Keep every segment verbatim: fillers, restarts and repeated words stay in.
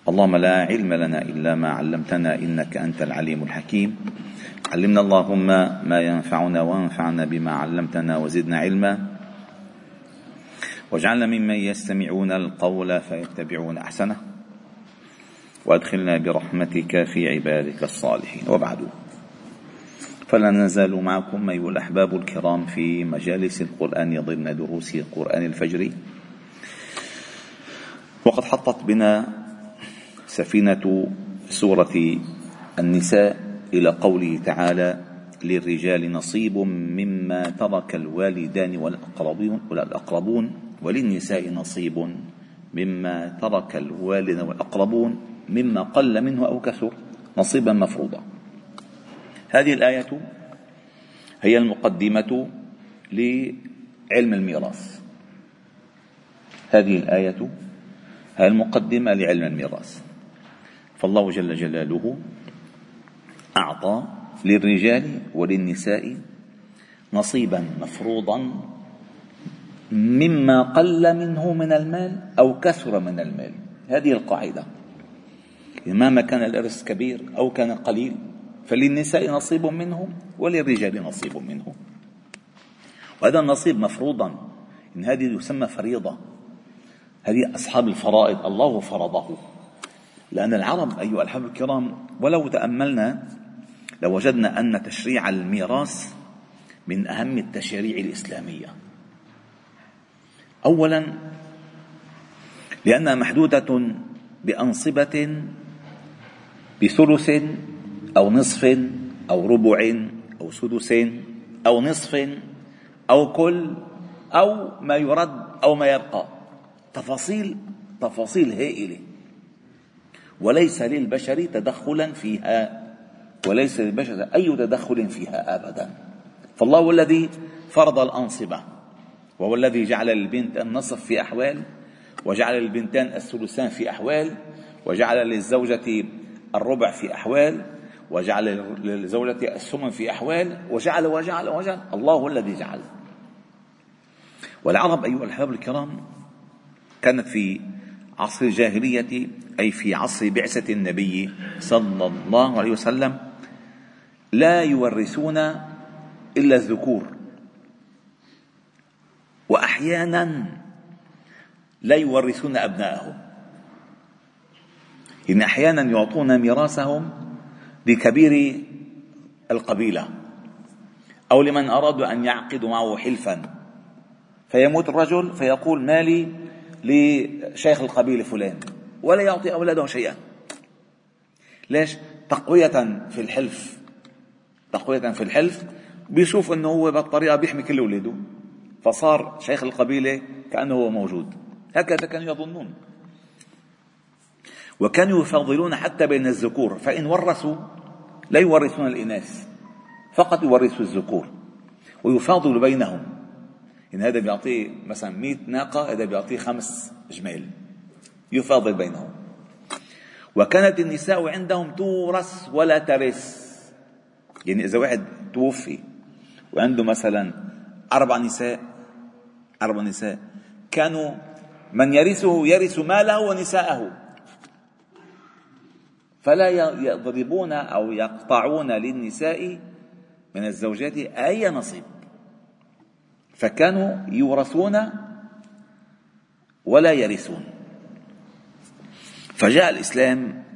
اللهم لا علم لنا إلا ما علمتنا إنك أنت العليم الحكيم. علمنا اللهم ما ينفعنا وانفعنا بما علمتنا وزدنا علما، واجعلنا ممن يستمعون القول فيتبعون أحسنه، وأدخلنا برحمتك في عبادك الصالحين. وبعد، فلا نزال معكم أيها الأحباب الكرام في مجالس القرآن ضمن دروس قرآن الفجر. وقد حطت بنا سفينة سورة النساء إلى قوله تعالى: للرجال نصيب مما ترك الوالدان والأقربون وللنساء نصيب مما ترك الوالدان والأقربون مما قل منه أو كثر نصيبا مفروضا. هذه الآية هي المقدمة لعلم الميراث. هذه الآية هي المقدمة لعلم الميراث. فالله جل جلاله أعطى للرجال وللنساء نصيبا مفروضا مما قل منه من المال أو كثر من المال. هذه القاعدة، مهما كان الإرث كبير أو كان قليل فللنساء نصيب منه وللرجال نصيب منه. وهذا النصيب مفروضا، إن هذه يسمى فريضة. هذه أصحاب الفرائض الله فرضه، لأن العرب أيها الأحباب الكرام ولو تأملنا لوجدنا أن تشريع الميراث من أهم التشريع الإسلامية. أولا لأنها محدودة بأنصبة بثلث أو نصف أو ربع أو سدس أو نصف أو كل أو ما يرد أو ما يبقى. تفاصيل تفاصيل هائلة، وليس للبشر تدخلا فيها، وليس للبشر أي تدخل فيها أبدا. فالله هو الذي فرض الأنصبة، وهو الذي جعل للبنت النصف في أحوال، وجعل للبنتان الثلثان في أحوال، وجعل للزوجة الربع في أحوال، وجعل للزوجة الثمن في أحوال، وجعل وجعل وجعل الله هو الذي جعل. والعرب أيها الأحباب الكرام كانت في عصر الجاهلية، أي في عصر بعثة النبي صلى الله عليه وسلم، لا يورثون إلا الذكور، وأحيانا لا يورثون أبناءهم. إن أحيانا يعطون ميراثهم لكبير القبيلة أو لمن أرادوا أن يعقدوا معه حلفا، فيموت الرجل فيقول مالي لشيخ القبيلة فلان، ولا يعطي أولاده شيئا. ليش؟ تقوية في الحلف، تقوية في الحلف. بيشوف أنه هو بالطريقة بيحمي كل أولاده، فصار شيخ القبيلة كأنه هو موجود. هكذا كانوا يظنون. وكانوا يفضلون حتى بين الذكور، فإن ورثوا لا يورثون الإناث، فقط يورثوا الذكور، ويفاضل بينهم. إن هذا بيعطيه مثلا مئة ناقة، هذا بيعطيه خمس جمال، يفاضل بينهم. وكانت النساء عندهم تورث ولا ترث. يعني إذا واحد توفي وعنده مثلا أربع نساء أربع نساء كانوا من يرثه يرث ماله ونساءه، فلا يضربون أو يقطعون للنساء من الزوجات أي نصيب، فكانوا يورثون ولا يرثون. فجاء الإسلام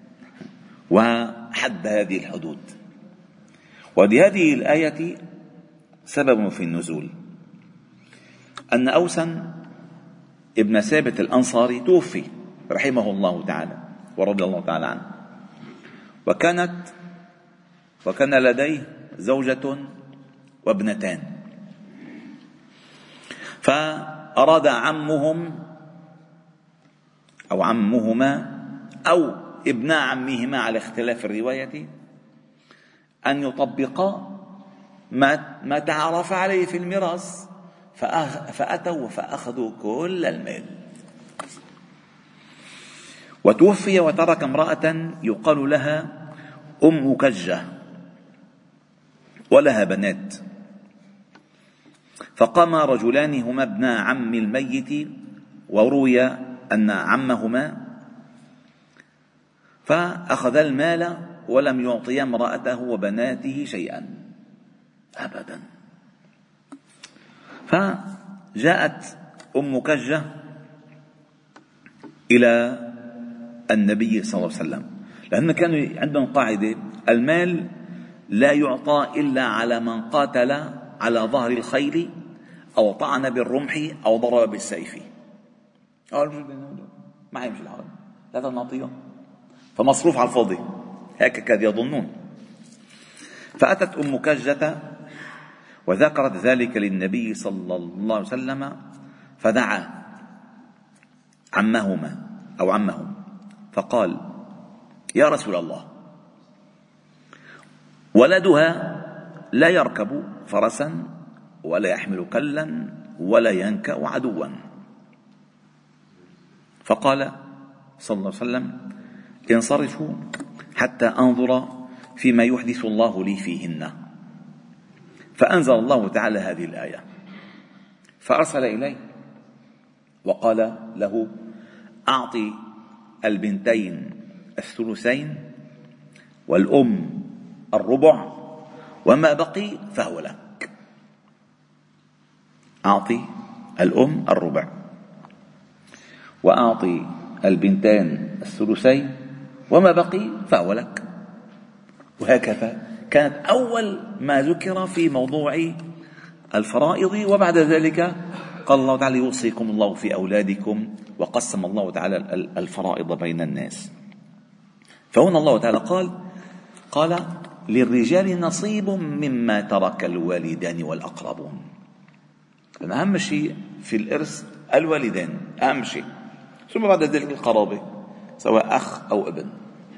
وحد هذه الحدود. ولهذه الآية سبب في النزول، أن أوسا ابن ثابت الأنصاري توفي رحمه الله تعالى ورضي الله تعالى عنه، وكانت وكان لديه زوجة وابنتان. فأراد عمهم أو عمهما أو ابناء عمهما على اختلاف الرواية أن يطبقا ما, ما تعرف عليه في الميراث، فأتوا فأخذوا كل المال. وتوفي وترك امرأة يقال لها أم كجة ولها بنات. فقام رجلان هما ابنا عم الميت، وروي أن عمهما فأخذ المال ولم يعطي امرأته وبناته شيئا أبدا. فجاءت أم كجة إلى النبي صلى الله عليه وسلم، لأن كانوا عندهم قاعدة: المال لا يعطى إلا على من قاتل على ظهر الخيل أو طعن بالرمح أو ضرب بالسيف. ما يمشي الحال، لا نعطيهم، فمصروف على الفاضي، هيك كاد يظنون. فأتت أم كجة وذكرت ذلك للنبي صلى الله عليه وسلم، فدعا عمهما أو عمهم فقال: يا رسول الله، ولدها لا يركب فرسا ولا يحمل كلا ولا ينكأ عدوا. فقال صلى الله عليه وسلم: انصرفوا حتى أنظر فيما يحدث الله لي فيهن. فأنزل الله تعالى هذه الآية، فأرسل إليه وقال له: أعطي البنتين الثلثين والأم الربع وما بقي فهو لك. أعطي الأم الربع وأعطي البنتين الثلثين وما بقي فهو لك. وهكذا كانت أول ما ذكر في موضوع الفرائض. وبعد ذلك قال الله تعالى: يوصيكم الله في أولادكم، وقسم الله تعالى الفرائض بين الناس. فهنا الله تعالى قال قال للرجال نصيب مما ترك الوالدان والأقربون. أهم شيء في الإرث الوالدين، أهم شيء، ثم بعد ذلك القرابة سواء أخ أو ابن.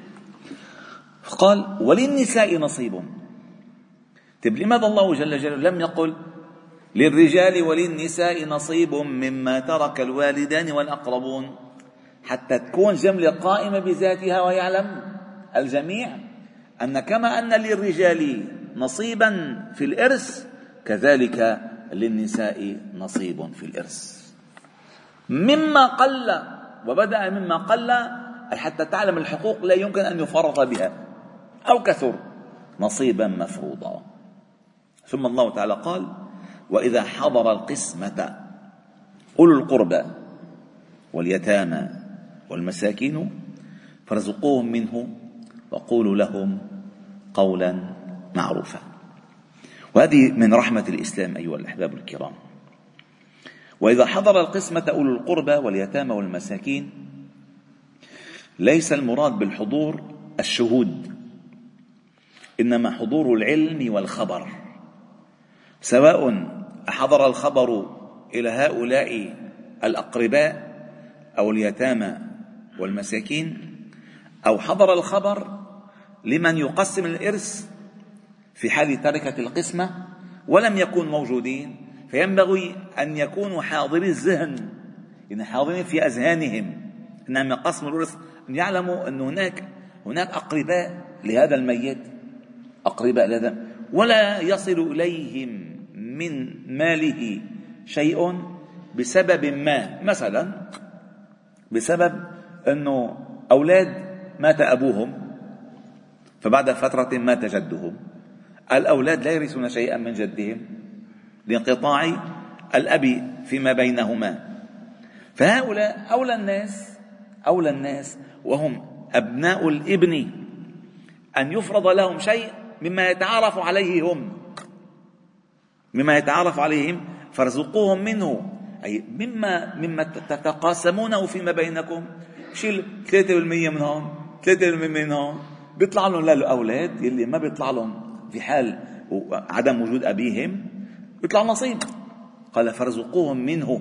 قال: وللنساء نصيب. طيب لماذا الله جل جلاله لم يقل للرجال وللنساء نصيب مما ترك الوالدان والأقربون، حتى تكون جملة قائمة بذاتها ويعلم الجميع أن كما أن للرجال نصيبا في الإرث كذلك للنساء نصيب في الإرث، مما قل. وبدأ مما قل حتى تعلم الحقوق لا يمكن أن يفرط بها، أو كثر، نصيبا مفروضا. ثم الله تعالى قال: وإذا حضر القسمة أولو القربى واليتامى والمساكين فارزقوهم منه وقولوا لهم قولا معروفا. وهذه من رحمة الإسلام أيها الأحباب الكرام. وإذا حضر القسمة أولو القربى واليتامى والمساكين، ليس المراد بالحضور الشهود، إنما حضور العلم والخبر، سواء حضر الخبر إلى هؤلاء الأقرباء أو اليتامى والمساكين، أو حضر الخبر لمن يقسم الإرث في حال تركة القسمة ولم يكونوا موجودين، فينبغي أن يكونوا حاضري الذهن، يعني حاضرين في أذهانهم إنما قسم الإرث، أن يعلموا أن هناك هناك أقرباء لهذا الميت، أقرباء لهذا، ولا يصل إليهم من ماله شيء بسبب ما، مثلا بسبب أنه أولاد مات أبوهم فبعد فترة مات جدهم، الأولاد لا يرثون شيئا من جدهم لانقطاع الأب فيما بينهما. فهؤلاء أولى الناس أولى الناس وهم أبناء الابن أن يفرض لهم شيء مما يتعارف عليه هم مما يتعارف عليهم فارزقوهم منه، أي مما مما تتقاسمونه فيما بينكم. شيل ثلاثة بالمئة من هون، ثلاثة بالمئة من هون، بيطلع لهم للأولاد يلي ما بيطلع لهم في حال عدم وجود أبيهم، بيطلع نصيب. قال: فارزقوهم منه،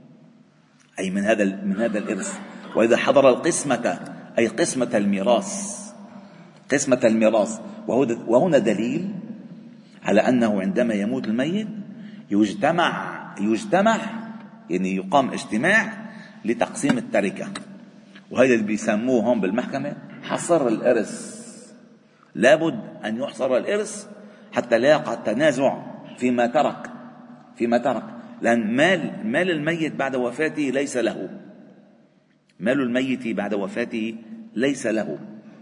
أي من هذا من هذا الإرث. وإذا حضر القسمة، أي قسمة الميراث، قسمة الميراث. وهنا دليل على أنه عندما يموت الميت يجتمع يجتمع يعني يقام اجتماع لتقسيم التركة، وهذا اللي بيسموه هم بالمحكمة حصر الإرث. لابد أن يحصر الإرث حتى لا يقع التنازع فيما ترك فيما ترك لأن مال مال الميت بعد وفاته ليس له، مال الميت بعد وفاته ليس له،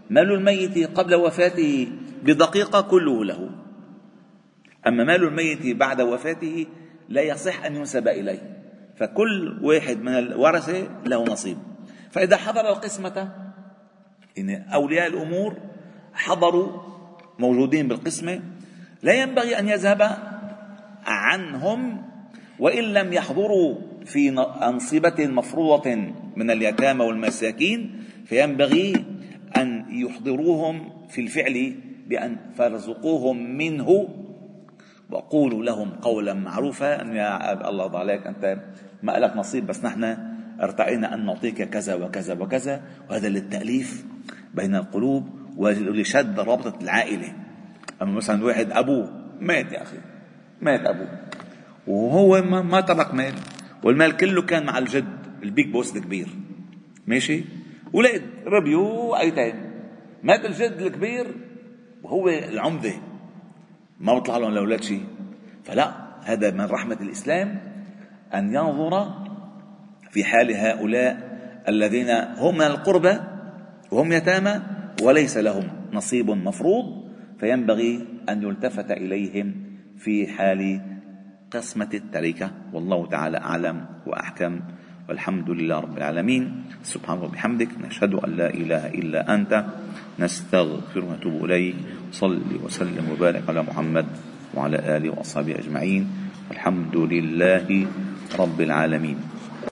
مال الميت قبل وفاته بدقيقة كله له، أما مال الميت بعد وفاته لا يصح أن ينسب إليه، فكل واحد من الورثة له نصيب. فإذا حضر القسمة إن أولياء الأمور حضروا موجودين بالقسمة، لا ينبغي أن يذهب عنهم وإن لم يحضروا في أنصبة مفروضة من اليتامى والمساكين، فينبغي أن يحضروهم في الفعل بأن فارزقوهم منه وقولوا لهم قولا معروفا، أن يا الله يرضى عليك أنت ما لك نصيب، بس نحن ارتعينا أن نعطيك كذا وكذا وكذا، وهذا للتأليف بين القلوب ولشد رابطة العائلة. أما مثلا واحد أبوه مات، يا أخي مات أبوه وهو ما ترك مال، والمال كله كان مع الجد البيك بوس الكبير، ماشي، ولاد ربيوا أيتين، مات الجد الكبير وهو العمدة، ما بطلع لهم الأولاد شيء. فلا، هذا من رحمة الإسلام أن ينظر في حال هؤلاء الذين هم من القربى وهم يتامى وليس لهم نصيب مفروض، فينبغي أن يلتفت إليهم في حال قسمة التركة. والله تعالى أعلم وأحكم، والحمد لله رب العالمين. سبحانه وبحمدك، نشهد أن لا إله إلا أنت، نستغفر ونتوب إليك. صل وسلم وبارك على محمد وعلى آله وأصحابه أجمعين، والحمد لله رب العالمين.